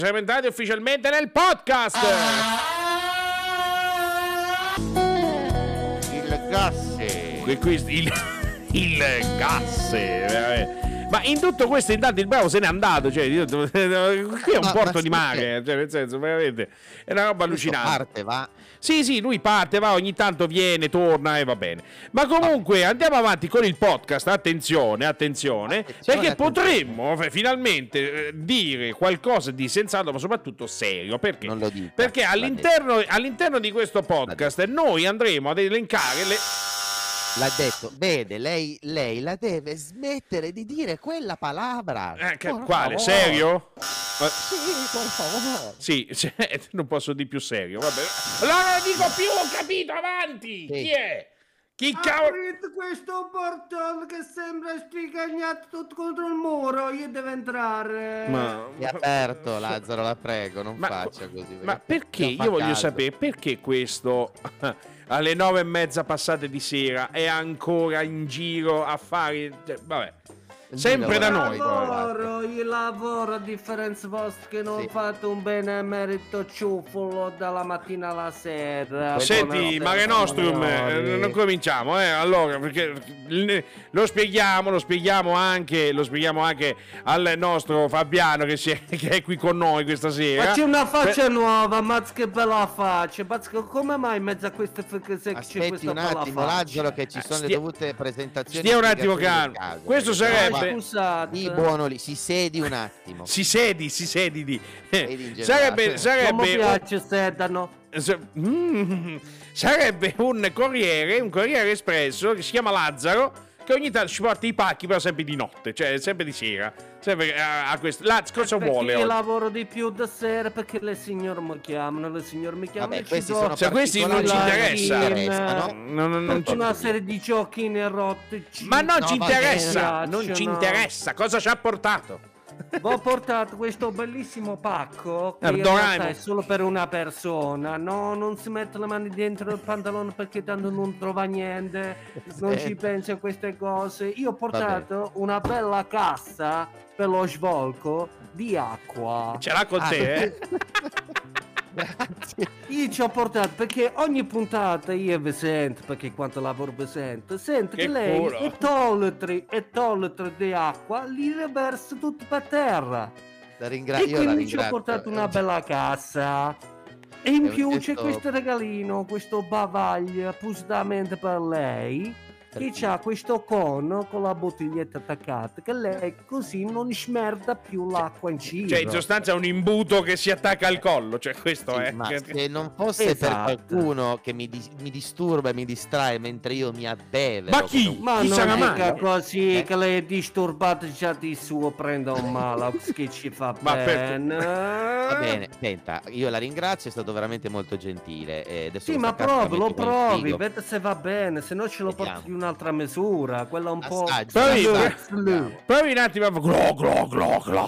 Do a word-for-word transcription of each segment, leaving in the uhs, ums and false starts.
Siamo entrati ufficialmente nel podcast. Il gasse. Il, il gasse, veramente. Ma in tutto questo intanto il bravo se n'è andato, cioè io, qui è un ma, porto ma di mare, cioè nel senso veramente è una roba allucinante. Parte, va. Sì, sì, lui parte, va, ogni tanto viene, torna e va bene. Ma comunque andiamo avanti con il podcast, attenzione, attenzione, attenzione perché attenzione. potremmo finalmente eh, dire qualcosa di sensato, ma soprattutto serio. Perché? Non lo dico. Perché all'interno, all'interno di questo podcast noi andremo ad elencare le... L'ha detto, vede, lei, lei la deve smettere di dire quella palabra. Eh, che, quale? Favore. Serio? Sì, per favore. Sì, cioè, non posso di più serio. Vabbè. Allora non dico più, ho capito, avanti. Sì. Chi è? Chi cavolo? Aprite questo portone che sembra spigagnato tutto contro il muro. Io devo entrare. Ma è aperto, Lazzaro, la prego, non ma, faccia così. Ma perché? Io voglio caso. sapere perché questo alle nove e mezza passate di sera è ancora in giro a fare. Cioè, vabbè. Sempre da noi. Io lavoro, io lavoro a differenza vostra che non sì. fate un benemerito ciuffolo dalla mattina alla sera. Senti, Mare Nostrum, eh, non cominciamo, eh, allora, perché lo spieghiamo, lo spieghiamo anche, lo spieghiamo anche al nostro Fabiano che, si è, che è qui con noi questa sera. Ma c'è una faccia Beh... nuova, mazz che bella faccia, mazz che come mai in mezzo a queste fake se c'è questa un attimo, Lazzaro, che ci sono Stia... le dovute presentazioni. Stia un attimo calmo, questo sarebbe... Scusate. Di buono lì, si sedi un attimo. Si sedi, si sedi di. sarebbe sarebbe non mi piace sedano. Mm, sarebbe un corriere, un corriere espresso che si chiama Lazzaro, che ogni tanto ci porta i pacchi, però sempre di notte, cioè sempre di sera. Sempre a, a questo. La, cosa perché vuole? Io oggi? lavoro di più da sera perché le signore mi chiamano, le signore mi chiamano. Vabbè, questi do... sono cioè, questi non ci interessano. No? Non, non, non ci... una serie di giochini rotti. Ma non no, ci interessa, non ci no. interessa. Cosa ci ha portato? Ho portato questo bellissimo pacco che in Doraemon. realtà è solo per una persona. No, non si mette le mani dentro il pantalone perché tanto non trova niente, non ci pensa a queste cose. Io ho portato Vabbè. una bella cassa per lo svolco di acqua. Ce l'ha con ah, te, eh? Grazie. Io ci ho portato perché ogni puntata io vi sento, perché quanto lavoro vi sento, sento che, che lei culo. è tollitri e tollitri di acqua, li riversa tutto per terra. La ringra- e io quindi la ci ringrazio. ho portato una bella cassa. E in è più gesto... c'è questo regalino, questo bavaglio appositamente per lei, che c'ha questo cono con la bottiglietta attaccata, che lei così non smerda più l'acqua in giro. Cioè in sostanza è un imbuto che si attacca al collo, cioè questo sì, è. Ma se non fosse esatto. per qualcuno che mi, di- mi disturba e mi distrae mentre io mi abbevero. Ma chi? Ma chi non sarà dica mai? così eh? che lei è disturbata già di suo, prenda un male che ci fa Ma bene. Va bene, senta, io la ringrazio, è stato veramente molto gentile. E adesso Sì, lo ma sta provi, lo caricamente provi, consiglio. vede se va bene, se no ce lo Vediamo. porti di un'altra misura, quella un po'... Assaggi, Provi, assaggi. provi un attimo a glo glo glo glo.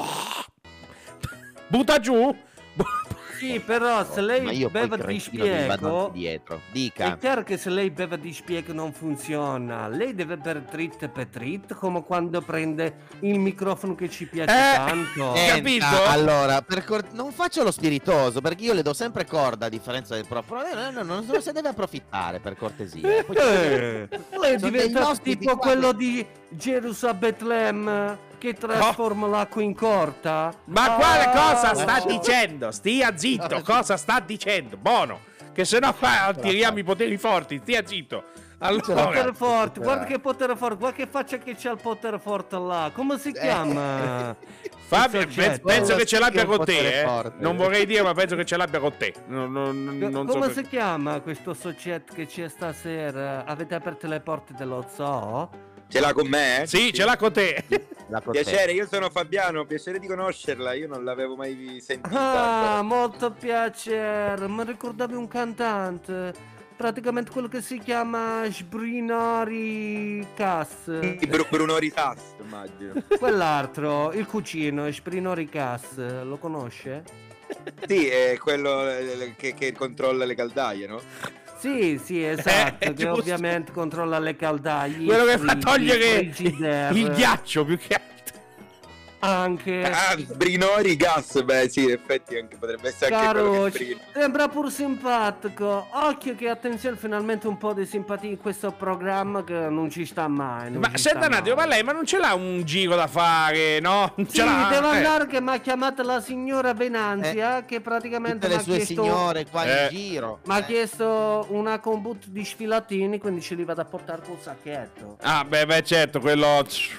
Butta giù. Sì, però se Ma lei io poi beve di cretino mi vado spiego, anche dietro. è Dica. chiaro che se lei beve di spiego non funziona. Lei deve bere drit per drit, come quando prende il microfono che ci piace Eh, tanto. eh, Senta, capito? Allora, per cor- non faccio lo spiritoso, perché io le do sempre corda a differenza del prof. No, no, no, non se deve approfittare, per cortesia. Poi- Eh, lei è Sono dei diventato ospiti tipo qua quello che- di Gerusalemme Bethlehem che trasforma l'acqua in corta. Ma Ah, quale cosa sta no. dicendo? Stia zitto, cosa sta dicendo? Buono, che se no qua tiriamo i poteri forti, stia zitto. Allora, Potere forte, guarda che potere forte, guarda che faccia che c'ha il potere forte là. Come si chiama? Fabio, Il penso, soggetto. penso che ce l'abbia Sì, un con te, potere eh. forte. Non vorrei dire, ma penso che ce l'abbia con te. Non, non, non so Come per- si chiama questo soggetto che c'è stasera? Avete aperto le porte dello zoo? Ce l'ha con me? Sì, ce l'ha con te. La con te. Piacere, io sono Fabiano, piacere di conoscerla, io non l'avevo mai sentita. Ah, molto piacere. Mi ricordavi un cantante? Praticamente quello che si chiama Sbrinori Cass. Bru- Bruno Risas, immagino. Quell'altro, il cugino, Sbrinori Cass, lo conosce? Sì, è quello eh, che, che controlla le caldaie, no? Sì, sì, esatto, Eh, che giusto. ovviamente controlla le caldaie. Quello che i fa frighi, togliere i frigidaire. il ghiaccio più che altro. Anche Ah, Brinori gas, beh sì, in effetti anche potrebbe essere anche quello Caro, che Brino. sembra pur simpatico. Occhio che attenzione, finalmente un po' di simpatia in questo programma che non ci sta mai. non Ma ci senta sta un attimo, ma mai. lei ma non ce l'ha un giro da fare, no? Non Sì, ce l'ha? devo Eh. andare che mi ha chiamato la signora Venanzia che praticamente Tutte mi le ha sue chiesto signore qua Eh. in giro. mi ha Eh. chiesto una combut di sfilatini, quindi ce li vado a portare col sacchetto. Ah, beh, beh, certo, quello...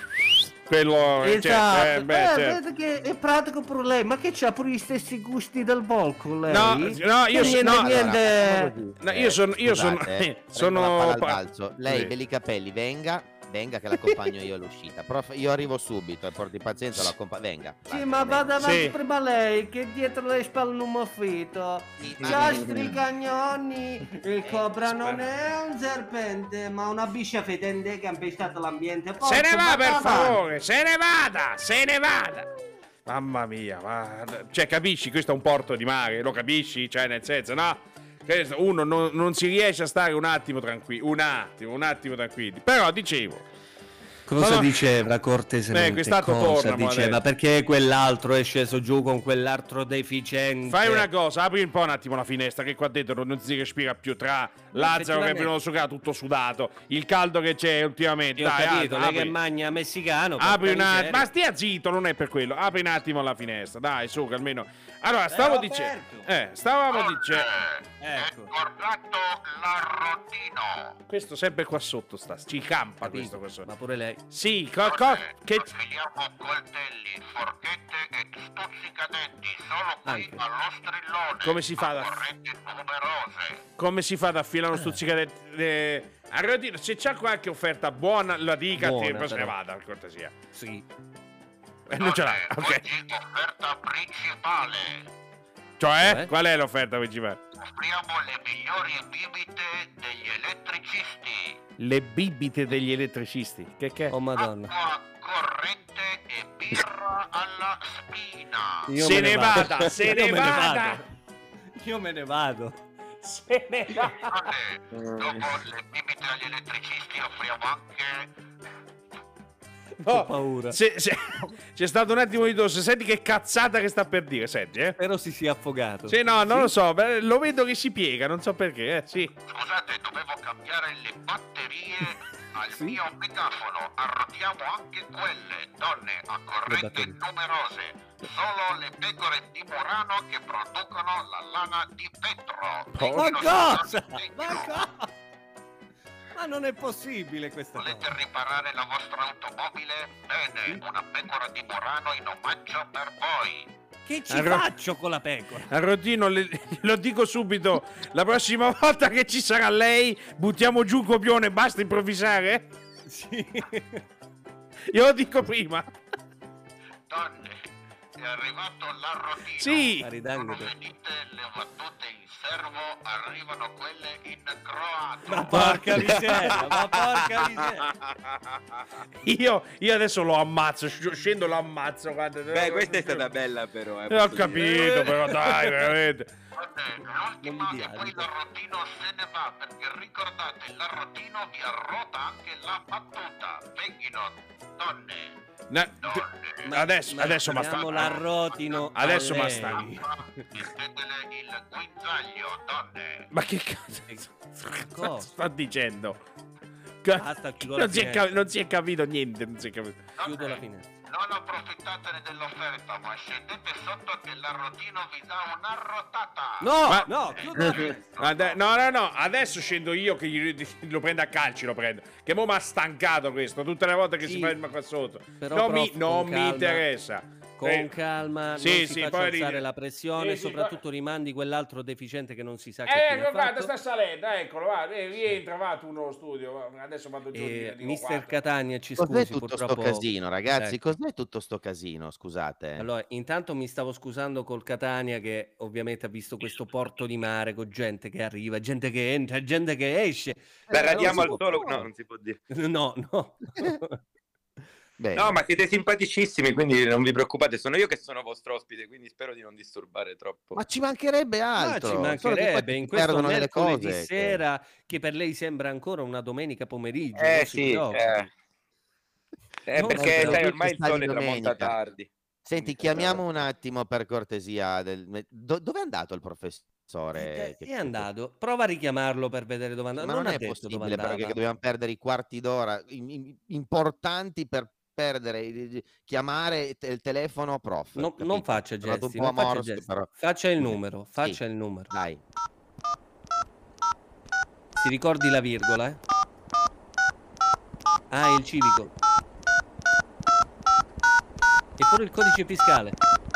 Quello... Esatto, certo, eh, eh, beh, certo. vede che è pratico per lei, ma che c'ha pure gli stessi gusti del volco lei? No, no, io Che so- niente, no, niente. Allora, facciamo così. No, io sono- io sono- scusate, eh, sono prendo la palla al pa- balzo. Lei, sì. belli i capelli, venga, venga che l'accompagno io all'uscita. Prof, io arrivo subito, e porti pazienza, lo accompagno. Venga. Sì, vai, ma venga. vada avanti Sì. prima lei, che dietro le spalle non mi affitto. Sì, Ciao sì. stricagnoni, il cobra spero- non è un serpente, ma una biscia fetente che ha impestato l'ambiente. Se ne Porco, va, per avanti. favore, se ne vada, se ne vada. Mamma mia, ma... Cioè, capisci? Questo è un porto di mare, lo capisci? Cioè, nel senso, no? Che uno non, non si riesce a stare un attimo tranquillo, un attimo, un attimo tranquilli. Però, dicevo... Cosa No, no. diceva cortesemente? Eh, quest'altro Cosa torna, mo, diceva? adesso. Perché quell'altro è sceso giù con quell'altro deficiente? Fai una cosa, apri un po' un attimo la finestra, che qua dentro non si respira più tra Lazzaro che è effettivamente. venuto succato tutto sudato, il caldo che c'è ultimamente. Io ho Dai, capito, apri, lei che apri. magna messicano. Apri porca un attimo, miseria. ma stia zitto, non è per quello. Apri un attimo la finestra, dai, su, che almeno. Allora, stavo l'ho dicendo. aperto. Eh, stavamo dicendo. Ecco. Guardato l'arrotino. Questo sempre qua sotto sta, ci campa Capito, questo, questo. Ma pure lei. Sì, co- co- che. Affiliamo coltelli, forchette e stuzzicadenti solo qui Anche. allo strillone. Come si fa a da- correnti numerose. Come si fa ad affilare uno stuzzicadente? Eh, Arrodino, se c'è qualche offerta buona, la dica, Buona, ti poi se ne però. vada, per cortesia. Sì. Eh, non ce l'ha, Donne, ok. oggi offerta principale. Cioè, Cioè? qual è l'offerta principale? Offriamo le migliori bibite degli elettricisti. Le bibite degli elettricisti. Che che? Oh madonna. Acqua corrente e birra alla spina. Io Se me ne vado. vada, se Io ne me vada. vado. Io me ne vado. Se ne va. Donne, dopo le bibite agli elettricisti offriamo anche Ho paura. Se- se- c'è stato un attimo di tosse. Senti che cazzata che sta per dire. Senti, eh. Spero si sia affogato. Sì, no, non lo so. beh, Lo vedo che si piega. Non so perché. Eh, sì. Scusate, dovevo cambiare le batterie al Sì? mio megafono. Arrotiamo anche quelle, donne a corrente batterie. numerose. Solo le pecore di Murano che producono la lana di vetro. Oh. Ma Vengono cosa? usate in Ma legno. cosa? Ma non è possibile questa Volete cosa. riparare la vostra automobile? Bene, una pecora di Murano in omaggio per voi. Che ci Arro- faccio con la pecora? Arrotino, le- lo dico subito. La prossima volta che ci sarà lei, buttiamo giù un copione e basta improvvisare. Sì. Io lo dico prima. Donne, è arrivato l'arrotino. Sì. Non Aridangolo. venite le battute in servo, arrivano quelle in croato. Ma porca miseria, ma porca miseria. Io, io adesso lo ammazzo. sc- Scendo, lo ammazzo. Guarda, Beh, questa è stata bella però. Eh, Eh, Ho posso dire. capito, però dai, veramente. Donne, l'ultima Non mi e dia, poi dico. l'arrotino se ne va, perché ricordate, l'arrotino vi arrota anche la battuta. Venghino, donne, Na- donne. Ma adesso, adesso Diamo basta. l'arrotino. a Adesso lei. basta. Mettetele il guinzaglio, donne. Ma che cazzo? Cosa? Cosa sta dicendo? Ca- Basta, chiudo la non, si è finestra. cap- non si è capito niente. Non si è capito. Chiudo la finestra. Non approfittatene dell'offerta, ma scendete sotto che l'arrotino vi dà un'arrotata. No, Ma- no, chiudo la finestra. Ade- No, no, no, adesso scendo io che gli- lo prendo a calci, lo prendo. Che mo mi ha stancato questo, tutte le volte che Sì. si ferma qua sotto. Però, non mi, prof, non con mi calma. interessa. Con Eh, calma, sì, non si sì, faccia poi alzare ride- la pressione, sì, sì, soprattutto rimandi quell'altro deficiente che non si sa che Eh, fine ha guarda, fatto. sta salendo, eccolo, va, eh, rientra, va tu nello studio, va, adesso vado giù. Eh, dico, mister guarda. Catania, ci Cos'è scusi, tutto purtroppo. sto casino, ragazzi? Ecco. Cos'è tutto sto casino? Scusate. Allora, intanto mi stavo scusando col Catania che ovviamente ha visto questo porto di mare con gente che arriva, gente che entra, gente che esce. Beh, Eh, radiamo non al si può solo. fare. No, non si può dire. No, no. Bene. No, ma siete simpaticissimi, quindi non vi preoccupate. Sono io che sono vostro ospite, quindi spero di non disturbare troppo. Ma ci mancherebbe Ma altro. ci solo che mancherebbe poi in si questo perdono delle mercoledì cose che- sera che per lei sembra ancora una domenica pomeriggio. Eh non si sì, preoccupi. eh. Eh, Non perché sapevo. sai, ormai il Questa sole di tramonta domenica. tardi. Senti, Quindi chiamiamo un attimo per cortesia. Del... Do- dove è andato il professore? È, che- è andato. Prova a richiamarlo per vedere dove andava. Ma Non non ha è detto dove possibile perché andava. dobbiamo perdere i quarti d'ora in- in- importanti per perdere, i- i- chiamare te- il telefono prof. No- non capito? faccia Sono andato un gesti, po' a non faccia morso, gesti. però. Faccia il Sì, numero, faccia il numero. dai. Si ricordi la virgola, eh? Ah, il civico. E pure il codice fiscale.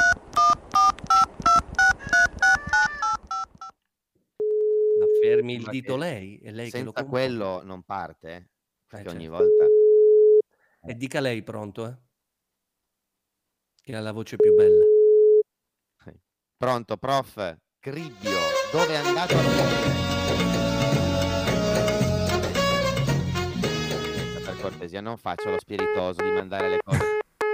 Ma fermi il Ma dito che lei, è lei che lo senza compone. quello non parte, eh? Perché Eh, ogni certo. volta... E dica lei pronto, eh? Che ha la voce più bella. Pronto, prof? Cribbio, dove è andato a finire? Per cortesia, non faccio lo spiritoso di mandare le cose.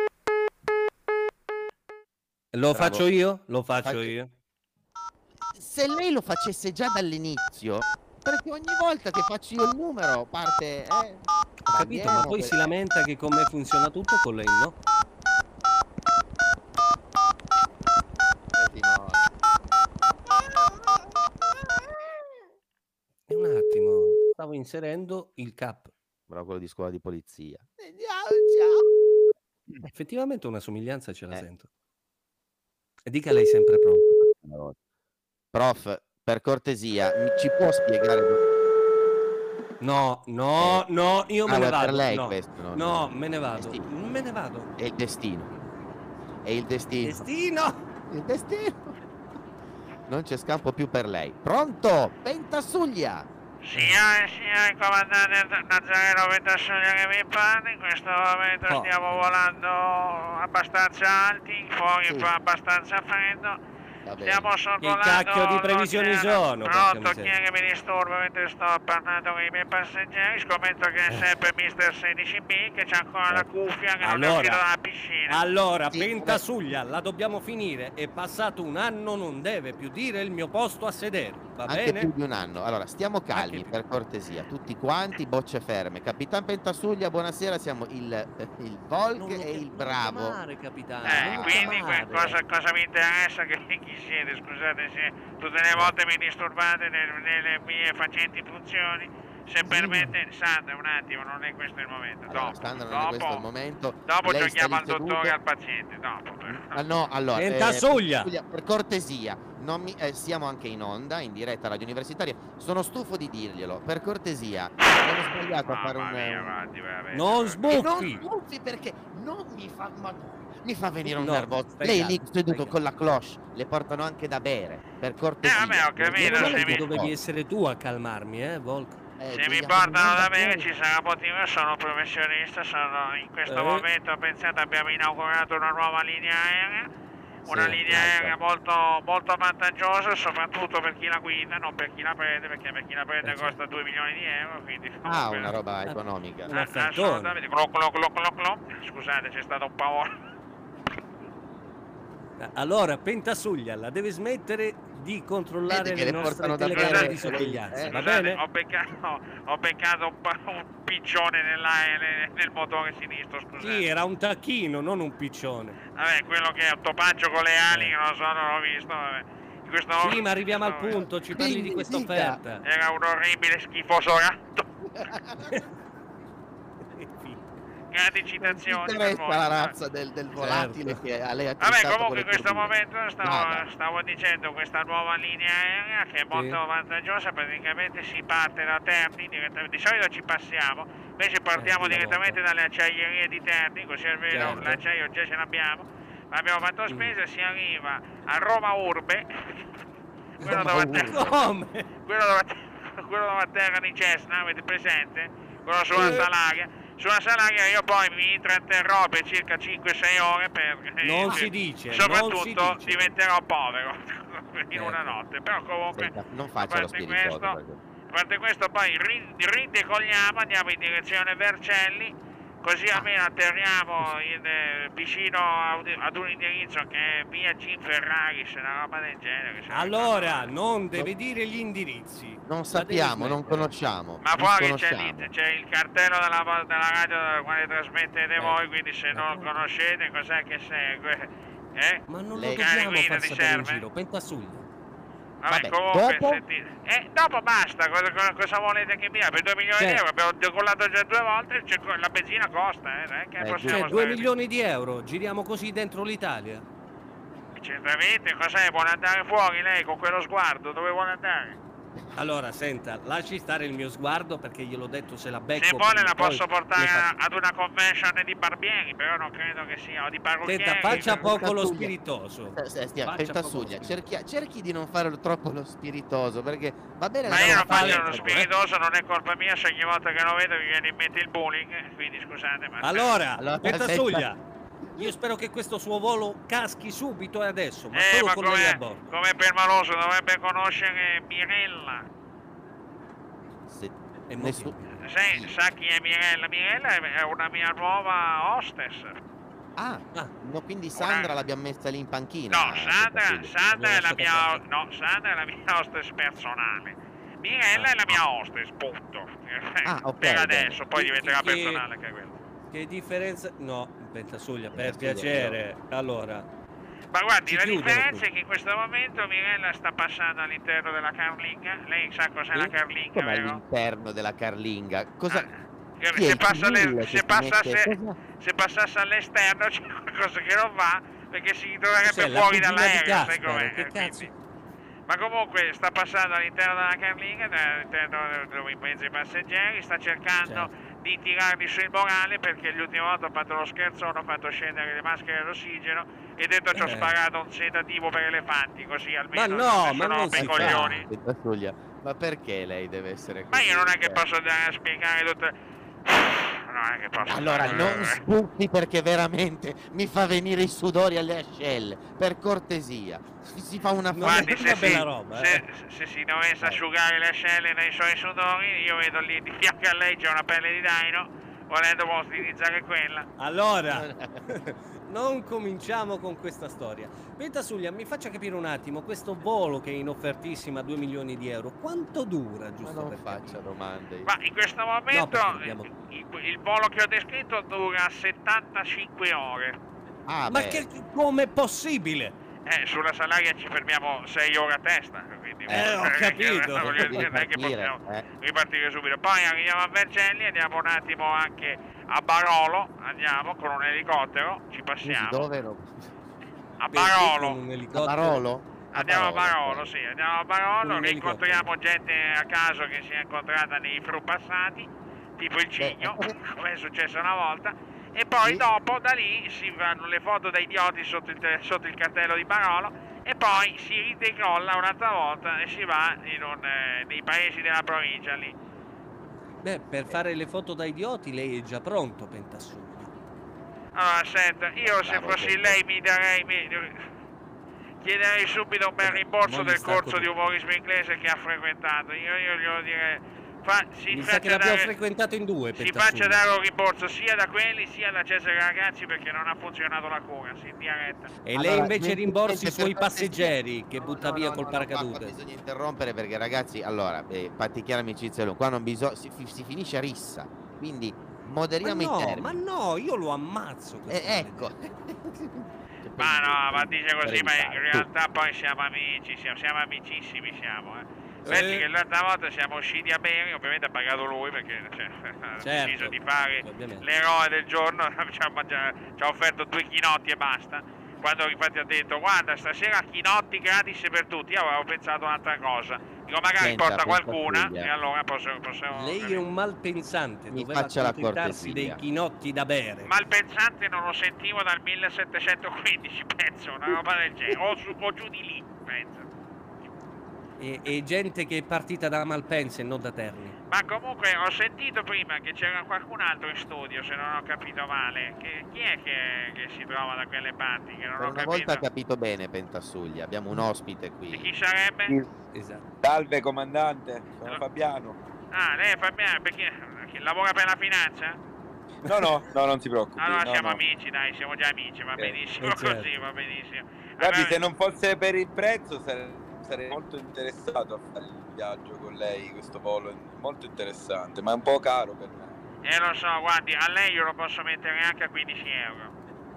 Lo Bravo. faccio io? Lo faccio Faccio- io. Se lei lo facesse già dall'inizio, perché ogni volta che faccio io il numero parte... Eh, Ho capito, ma poi si lamenta che con me funziona tutto, con lei no? E un attimo, stavo inserendo il cap. Bravo, quello di scuola di polizia. Effettivamente una somiglianza ce la Eh. sento. E dica lei sempre pronto. Prof, per cortesia, mi ci può spiegare... dove- No, no, no, io me Ah, ne ma vado. per lei no, questo, no, no, no. me ne vado. Eh sì. Me ne vado. È il destino. È il destino. Destino! Il destino. Non c'è scampo più per lei. Pronto? Pentasuglia. Signore e signori, comandante Nazareno Ventasuglia che mi parla, in questo momento Oh. stiamo volando abbastanza alti, fuori Sì. fa abbastanza freddo. Va bene. Stiamo sorvolando cacchio di previsioni l'oceano. sono, porca Pronto, chi miseria. è che mi disturba mentre sto parlando con i miei passeggeri? Scommetto che è sempre mister sedici B che c'ha ancora la cuffia che non è Allora. uscito dalla piscina. Allora, Sì, Pentasuglia, la dobbiamo finire. È passato un anno, non deve più dire il mio posto a sedere. Va Anche bene? più di un anno. Allora, stiamo calmi, più. per cortesia. Tutti quanti, bocce ferme. Capitan Pentasuglia, buonasera. Siamo il, il Volk Non lo e chi- il non Bravo. chiamare, capitano. Eh, non lo quindi chiamare. que- cosa, cosa mi interessa che chi siete? Scusate se tutte le volte mi disturbate nel- nelle mie facenti funzioni. Se permette, Sandra, un attimo, non è questo il momento. Allora, Dopo, Sandra, non dopo, è questo il momento. dopo Lei sta giochiamo lì al dottore seduto. e al paziente. Dopo, però. Ah, no, allora, eh, Pentasuglia. Pentasuglia, per cortesia, non mi- eh, siamo anche in onda, in diretta radio universitaria. Sono stufo di dirglielo, per cortesia. Abbiamo sbagliato a fare Mamma un... mia, un- guardi, veramente. Non E non sbuffi. sbuffi perché non mi fa... Madonna, mi fa venire un No, nervoso. stai Lei calmo, lì seduto stai con la cloche, le portano anche da bere, per cortesia. Eh, vabbè, ho capito, Non se è che mi- dovevi essere tu a calmarmi, eh, Volk? Eh, Se mi dobbiamo portano da andare bere fuori. ci sarà motivo, io sono un professionista, sono in questo Eh. momento, pensate, abbiamo inaugurato una nuova linea aerea, una Sì, linea l'altra. aerea molto, molto vantaggiosa, soprattutto per chi la guida, non per chi la prende, perché per chi la prende Eh, certo. costa due milioni di euro, quindi... Ah, comunque- una roba economica. Un Ah, affertone. assolutamente, clo, clo, clo, clo, clo. Scusate, c'è stato un pavone. Allora, Pentasuglia, la deve smettere di controllare Vedi che le le nostre portano da telecamere bere, di sorveglianza, eh. va Scusate, bene? ho beccato, ho beccato un, pa- un piccione nella, nel, nel motore sinistro, scusate. Sì, era un tacchino, non un piccione. Vabbè, quello che è un topaggio con le ali, che non lo so, non l'ho visto, vabbè. In questo Sì, ma arriviamo al questo- punto, ci parli di Quindi, questa dica. offerta. Era un orribile, schifoso gatto. Grandi Non ci citazioni. per interessa voi. la razza del, del volatile Certo. che a lei ha Vabbè, acquistato comunque con in le questo turbine. momento stavo, Vada. stavo dicendo questa nuova linea aerea che è molto vantaggiosa, praticamente si parte da Terni, direttamente- di solito ci passiamo, invece partiamo Eh, una direttamente volta. dalle acciaierie di Terni, così almeno Certo. l'acciaio già ce l'abbiamo, abbiamo fatto Mm. spesa, si arriva a Roma Urbe, quello Roma dove, Urbe. atterra- Come? quello dove, quello dove atterrano i Cessna, avete presente? Quello sulla Eh. Salaria. Sulla Salaria io poi mi intratterrò per circa cinque sei ore per... Non eh, si dice, non soprattutto si dice. diventerò povero in Ecco. una notte, però comunque Senta, non a faccia lo parte spiritoso. questo, perché- a parte questo poi ri- ridecolliamo, andiamo in direzione Vercelli, così almeno atterriamo in, eh, vicino a un- ad un indirizzo che è via Jim Ferraris, una roba del genere. se non Allora, ricordo non deve dire gli indirizzi. Non La sappiamo, devi non smettere. conosciamo. male. Ma poi c'è, disconosciamo. lì- c'è il cartello della, della radio dalla quale trasmettete Eh. voi, quindi se non lo conoscete cos'è che segue? Eh? Ma non Lei- lo dobbiamo Guida far ti sapere in serve? giro, pentasuglia. Vabbè, Vabbè, comunque, dopo? sentite. Eh, dopo basta, cosa, cosa- cosa volete che mi dia? Per due milioni Cioè- di euro abbiamo decollato già due volte, cioè, la benzina costa, eh, non è che Eh, possiamo Cioè, due stare- milioni di euro, giriamo così dentro l'Italia. Certamente, cos'è? Vuole andare fuori lei con quello sguardo? Dove vuole andare? Allora, senta, lasci stare il mio sguardo perché gliel'ho detto se la becco. Se vuole prima la o poi posso portare le fa- a- ad una convention di barbieri, però non credo che sia, o di parrucchieri. Senta, faccia poco lo Pentasuglia. spiritoso. Eh, eh, stia- Faccia Pentasuglia, poco cerchi, cerchi di non fare troppo lo spiritoso, perché va bene Ma la io non roba faccio fare- uno spiritoso, non è colpa mia se ogni volta che lo vedo mi viene in mente il bullying, quindi scusate, ma... Allora, Allora, Pentasuglia, io spero che questo suo volo caschi subito e adesso, ma Eh, solo ma con lei a come, bordo. come Permaloso dovrebbe conoscere Mirella. Se- E mo nessu- chi- Sai, sa chi è Mirella? Mirella è è una mia nuova hostess. Ah, Ah. no, quindi Sandra l'abbiamo messa lì in panchina. No, Sandra, Pentasuglia. Sandra è la lasciate mia, fare. no, Sandra è la mia hostess personale. Mirella è la mia hostess, punto. Ah, ok, Per bene. adesso, poi Chi- diventerà chi- personale anche quello. Che differenza... No, Pentasuglia, per Pentasuglia, piacere. Allora, Ma guardi, Ci la chiudono differenza qui. è che in questo momento Mirella sta passando all'interno della carlinga. Lei sa cos'è la Sì? carlinga, Come vero? all'interno della carlinga. Cosa... Ah, che chi è se, il passa alle- civile che se si passasse, mette- cosa- se passasse all'esterno c'è qualcosa che non va, perché si troverebbe Cos'è, la fuori cugina di dall'aereo, sai Gaspare? com'è? Che eh, cazzo? quindi. Ma comunque sta passando all'interno della carlinga, all'interno dove in mezzo ai passeggeri, sta cercando Certo. di tirarli sul morale perché l'ultima volta ho fatto lo scherzo, ho fatto scendere le maschere d'ossigeno e dentro ci ho Eh. sparato un sedativo per elefanti, così almeno Ma no, non ma sono non per si coglioni. fa. Pentasuglia, ma perché lei deve essere così? Ma io non è che Cioè, posso andare a spiegare tutte... Non è che posso Allora, andare- non spuffi perché veramente mi fa venire i sudori alle ascelle. Per cortesia, si, si fa una No, Guardi, è se una si, bella roba, se, eh. se- se si dovesse asciugare le ascelle dai suoi sudori, io vedo lì di fianco a lei c'è una pelle di daino, volendo può utilizzare quella. Allora, non cominciamo con questa storia. Pentasuglia, mi faccia capire un attimo, questo volo che è in offertissima due milioni di euro, quanto dura, Ma giusto non per faccia capire? domande. Ma in questo momento perché abbiamo- il, il volo che ho descritto dura settantacinque ore. Ah, Ma beh, che com'è possibile? Eh, sulla Salaria ci fermiamo sei ore a testa, quindi Eh, ho capito. voglio dire, non è che ripartire, possiamo eh. ripartire subito. Poi arriviamo a Vercelli, andiamo un attimo anche a Barolo, andiamo con un elicottero, ci Scusi, passiamo. dove no? A Perché con Barolo. un A elicottero? Barolo? Andiamo a Barolo, ok. sì, andiamo a Barolo, Un rincontriamo gente a caso che si è incontrata nei fru passati, tipo il Cigno, Beh, come è successo una volta, e poi sì. dopo da lì si fanno le foto da idioti sotto il, te- sotto il cartello di Barolo e poi si ridecolla un'altra volta e si va in un, eh, nei paesi della provincia lì. Beh, per fare le foto da idioti lei è già pronto, Pentasuglia. Allora, senta, io se Bravo, fossi Peppe. lei mi darei... Mi, chiederei subito un bel Vabbè, rimborso mo mi del stacco corso di tutto. umorismo inglese che ha frequentato. Io, io glielo direi... Fa, si Mi sa che faccia l'abbiamo dare... frequentato in due, Si Pentasuglia. faccia dare un rimborso sia da quelli sia da Cesare Ragazzi perché non ha funzionato la cura, si dia retta. E Allora, lei invece niente, rimborsi i niente, suoi per cortesia. passeggeri che No, butta no, via no, col no, paracadute. qua bisogna interrompere perché ragazzi, allora, eh, patti chiara amicizia, qua non bisogna, si, fi- si finisce a rissa, quindi Ma moderiamo i no, termini. ma no, io lo ammazzo. Eh, questo ecco. Ma no, ma dice così, ma in Tu. realtà poi siamo amici, siamo, siamo amicissimi siamo, eh. Pensi Eh. che l'altra volta siamo usciti a bere, ovviamente ha pagato lui perché cioè, ha Certo, deciso di fare ovviamente. l'eroe del giorno, ci ha, mangia- ci ha offerto due chinotti e basta. Quando infatti ha detto guarda stasera chinotti gratis per tutti, io avevo pensato un'altra cosa. Dico magari Senta, porta qualcuna Pentasuglia. e allora posso, possiamo... Lei è un malpensante, Mi doveva faccia la accontentarsi dei cortesia. chinotti da bere. Malpensante non lo sentivo dal millesettecentoquindici, penso, una roba del genere, o, su, o giù di lì, penso. E, e gente che è partita da Malpensa e non da Terni. Ma comunque ho sentito prima che c'era qualcun altro in studio, se non ho capito male. Che, chi è che, che si trova da quelle parti? Che non Per ho una capito. volta ha capito bene Pentasuglia, abbiamo un ospite E qui. chi sarebbe? Esatto. Salve comandante, sono No. Fabiano. Ah, lei è Fabiano, perché che lavora per la finanza? No, no, no, non si preoccupi. Allora no, siamo no. amici, dai, siamo già amici, va Ok. benissimo Eh, certo. così, va benissimo. Guardi, Allora, se non fosse per il prezzo sarei, sarei molto interessato a fare il viaggio con lei, questo volo è molto interessante, ma è un po' caro per me. Eh lo so, guardi, a lei io lo posso mettere anche a quindici euro.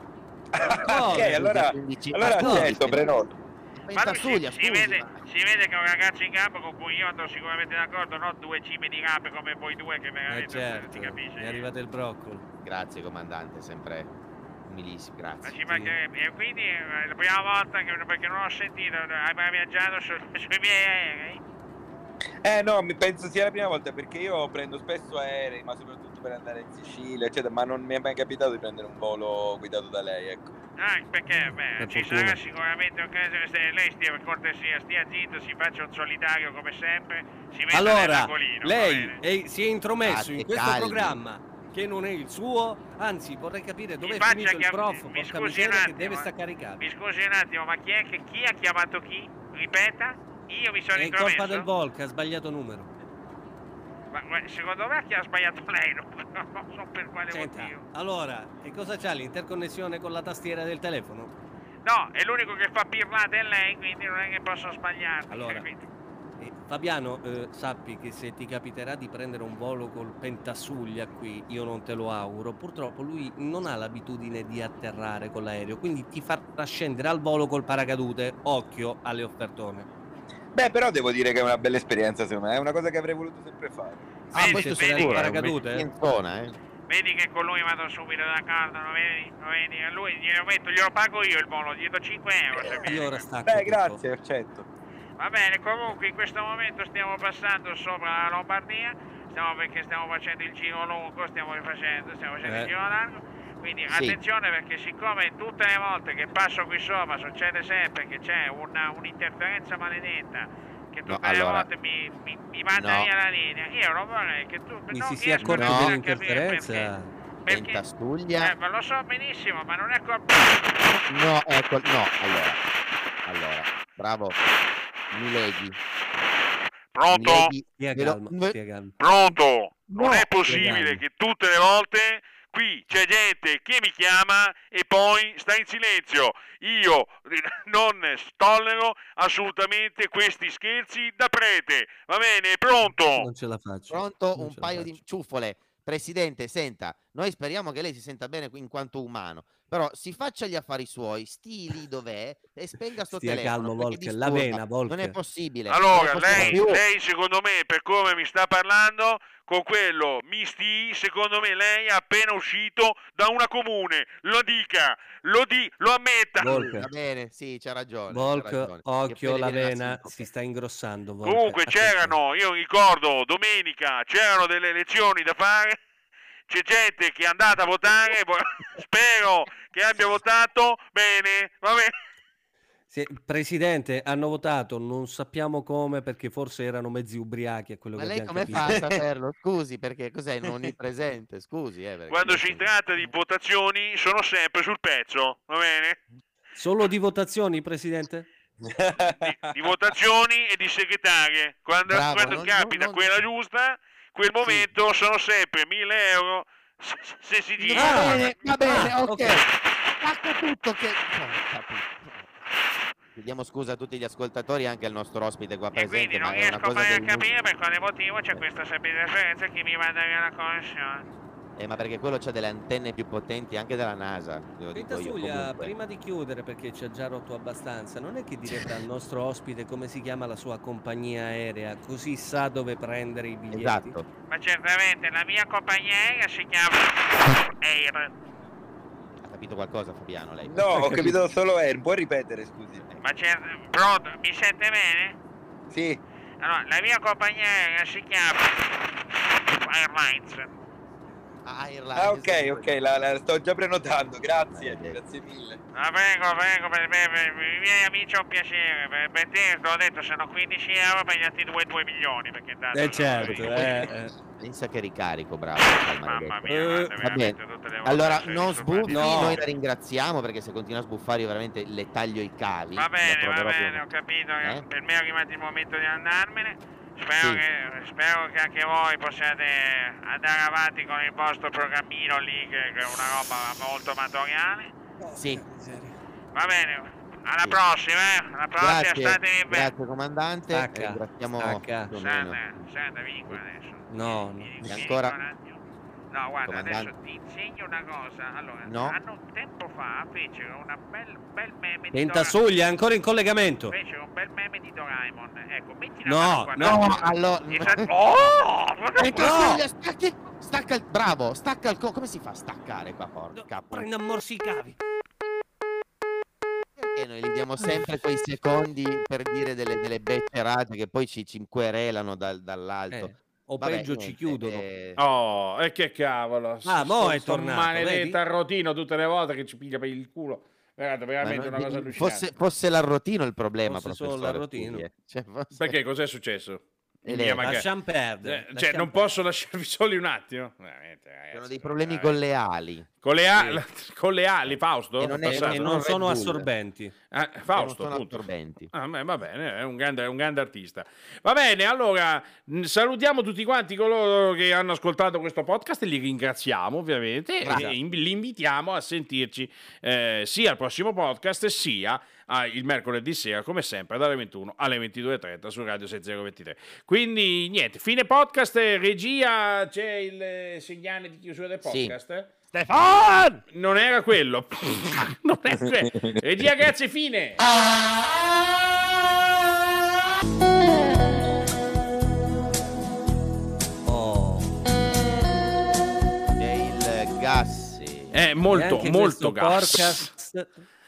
Ok, allora, quindici allora Ma accetto, no, prenoto. Ma lui Pentasuglia, si, si, scusi, vede, ma- si vede che è un ragazzo in campo con cui io andrò sicuramente d'accordo, non due cime di rape come voi due che Eh veramente certo, si capisce. è arrivato il broccolo. Grazie comandante, sempre umilissimo, Ma grazie. ci mancherebbe. E quindi è la prima volta che, perché non ho sentito, hai mai viaggiato su- sui miei aerei? Eh no, mi penso sia la prima volta perché io prendo spesso aerei, ma soprattutto per andare in Sicilia, eccetera, ma non mi è mai capitato di prendere un volo guidato da lei, ecco. Ah, perché beh, Per ci fortuna. sarà sicuramente occasione. Se lei stia per cortesia, stia zitto, si faccia un solitario come sempre, si metta Allora, nell'angolino, va lei bene? è- si è intromesso State in questo calmi. programma che non è il suo, anzi vorrei capire dove Mi è faccia finito il chiam- prof, mi porca scusi un miseria, che attimo, deve eh. staccare i cavi. Mi scusi un attimo, ma chi è che chi ha chiamato chi? Ripeta? Io mi sono È intromesso? colpa del Volca, ha sbagliato numero. Ma, ma secondo me chi ha sbagliato lei? Non, non so per quale Senta, motivo. allora, che cosa c'ha l'interconnessione con la tastiera del telefono? No, è l'unico che fa pirlate è lei, quindi non è che posso sbagliarmi. Allora, quindi- Eh, Fabiano, eh, sappi che se ti capiterà di prendere un volo col Pentasuglia qui, io non te lo auguro, purtroppo lui non ha l'abitudine di atterrare con l'aereo, quindi ti farà scendere al volo col paracadute, occhio alle offertone. Beh, però devo dire che è una bella esperienza, secondo me, è una cosa che avrei voluto sempre fare. Ah, Vedi, questo vedi sicuro, che- è un paracadute, eh? esperienzona, eh. Vedi che con lui vado subito d'accordo, lo vedi? Lo vedi? A lui glielo metto, glielo pago io il volo, gli do cinque euro se viene. Io ora stacco Beh, tutto. grazie, accetto. Va bene, comunque in questo momento stiamo passando sopra la Lombardia, stiamo perché stiamo facendo il giro lungo, stiamo rifacendo, stiamo facendo Eh. il giro largo, quindi Sì. attenzione perché siccome tutte le volte che passo qui sopra succede sempre che c'è una, un'interferenza maledetta, che No, tutte le allora- volte mi, mi, mi manda No. via la linea, io non vorrei che tu Mi non si sia riesco accorto no. neanche a capire dell'interferenza. perché, perché Pentasuglia. eh, ma lo so benissimo, ma non è colpa. No, ecco, no, allora. Allora, bravo. Mi leghi. Mi leghi. Stia Ve lo- calmo, ve- stia calmo. Pronto? Non No. è possibile Spiegami. che tutte le volte qui c'è gente che mi chiama e poi sta in silenzio. Io non tollero assolutamente questi scherzi da prete. Va bene, pronto? Non ce la faccio. Pronto? non Un ce la paio di faccio. ciuffole. Presidente, senta, noi speriamo che lei si senta bene in quanto umano, però si faccia gli affari suoi, stii lì dov'è e spenga sto Stia telefono. calmo, perché Volker, la disturba. vena, Volker. Non è possibile. Allora, non è possibile lei, più. lei secondo me, per come mi sta parlando, con quello misti, secondo me lei è appena uscito da una comune. Lo dica, lo di, lo ammetta. Volker. Va bene, sì, c'ha ragione. c'ha Volk, ragione. Che occhio, poi le la viene vena sincope. si sta ingrossando. Volk. Comunque Attenzione. c'erano, io ricordo, domenica c'erano delle elezioni da fare, c'è gente che è andata a votare, vo- spero che abbia votato bene, va bene. Se- Presidente, hanno votato, non sappiamo come perché forse erano mezzi ubriachi a quello Ma che lei abbiamo come fa a capito. saperlo? Scusi, perché cos'è non onnipresente? Scusi, eh, perché Quando io si sono- tratta di votazioni sono sempre sul pezzo, va bene? Solo di votazioni, Presidente? Di, di votazioni e di segretarie. Quando, Bravo, quando non- capita non- quella giusta, quel momento sono sempre mille euro se, se si gira. Va bene, va bene, Ah, ok. ok. Stacco tutto che... Porca puttana. Chiediamo scusa a tutti gli ascoltatori e anche al nostro ospite qua E quindi presente, non ma è una riesco cosa mai che... a capire per quale motivo c'è questa sempre differenza che mi manda via la connessione. Eh, ma perché quello c'ha delle antenne più potenti anche della NASA, lo dico io Pentasuglia, comunque. prima di chiudere perché ci ha già rotto abbastanza, non è che direbbe al nostro ospite come si chiama la sua compagnia aerea, così sa dove prendere i biglietti? Esatto. Ma certamente la mia compagnia aerea si chiama Air. Ha capito qualcosa Fabiano lei? No, ho capito solo Air, puoi ripetere, scusi? Ma cer- pronto, mi sente bene? Sì. Allora, la mia compagnia aerea si chiama Airlines. Ah, Airlines. Ah, ok, ok, la, la sto già prenotando, grazie, Eh, grazie mille. Ma prego, prego, per, me, per, per i miei amici è un piacere, per, per te, te l'ho detto, sono quindici euro, per gli altri due, due milioni, perché tanto... Eh certo, sono- eh, eh. Pensa che ricarico, bravo. dai, Mamma maledetto. mia, Eh, guarda, va veramente tutte le volte Allora, essere non disturbati. sbuffi, No. noi la ringraziamo perché se continua a sbuffare io veramente le taglio i cavi. Va la bene, va troverò bene, più- ho capito, Eh? per me è arrivato il momento di andarmene. Spero, Sì. che, spero che anche voi possiate andare avanti con il vostro programmino lì, che, che è una roba molto amatoriale. Sì. Va bene, alla Sì. prossima, eh. Alla prossima, Grazie, statevi bene. grazie comandante. Stacca, Ringraziamo stacca. più o meno. Senta, senta, vieni qua adesso. No, Vieni, no. vieni, vieni Ancora- qua un attimo. No, guarda, Comandante. adesso ti insegno una cosa. Allora, No. hanno tempo fa fecero una bel, un bel meme di Pentasuglia è ancora in collegamento. Fecero un bel meme di Doraemon. Ecco, metti la No, mano qua. no. No, allora... E sa- Oh! Eh, Castiglia, stacchi- stacca il... Bravo, stacca il... co- Come si fa a staccare qua, porca? Prendo a morsicavi. Perché noi gli diamo sempre quei secondi per dire delle, delle beccerate che poi ci, ci querelano dal- dall'alto. Eh, o Vabbè, peggio ci niente, chiudono. eh, Oh, e che cavolo. Ah, mo Sto- è sto tornato, maledetta vedi? Rotino tutte le volte che ci piglia per il culo. Guardate, ma veramente non- una cosa allucinante. fosse, fosse l'arrotino il problema, Fosse solo professore l'arrotino. Studi, eh. Cioè, fosse- Perché cos'è successo? E In lei- mia maga- Lasciam perdere. Eh, cioè, lasciam non posso lasciarvi soli un attimo? Veramente, ragazzi, Sono dei problemi veramente. con le ali. Con le, a- con le ali, Fausto? E non è- perdere. Passato? E non non Red sono Bull. assorbenti. Ah, che Fausto, non sono appunto. assorbenti. Ah, beh, va bene, è un grande, è un grande artista. Va bene, allora mh, salutiamo tutti quanti coloro che hanno ascoltato questo podcast e li ringraziamo ovviamente Grazie. e in- li invitiamo a sentirci eh, sia al prossimo podcast sia ah, il mercoledì sera come sempre dalle ventuno alle ventidue e trenta su Radio sei zero ventitré. Quindi niente, fine podcast, eh, regia, c'è il eh, segnale di chiusura del Sì. podcast? eh? Stefan! Non era quello. Non è quello. Regia, grazie, fine. Oh. C'è il Gassi. È E molto, anche molto questo gas. podcast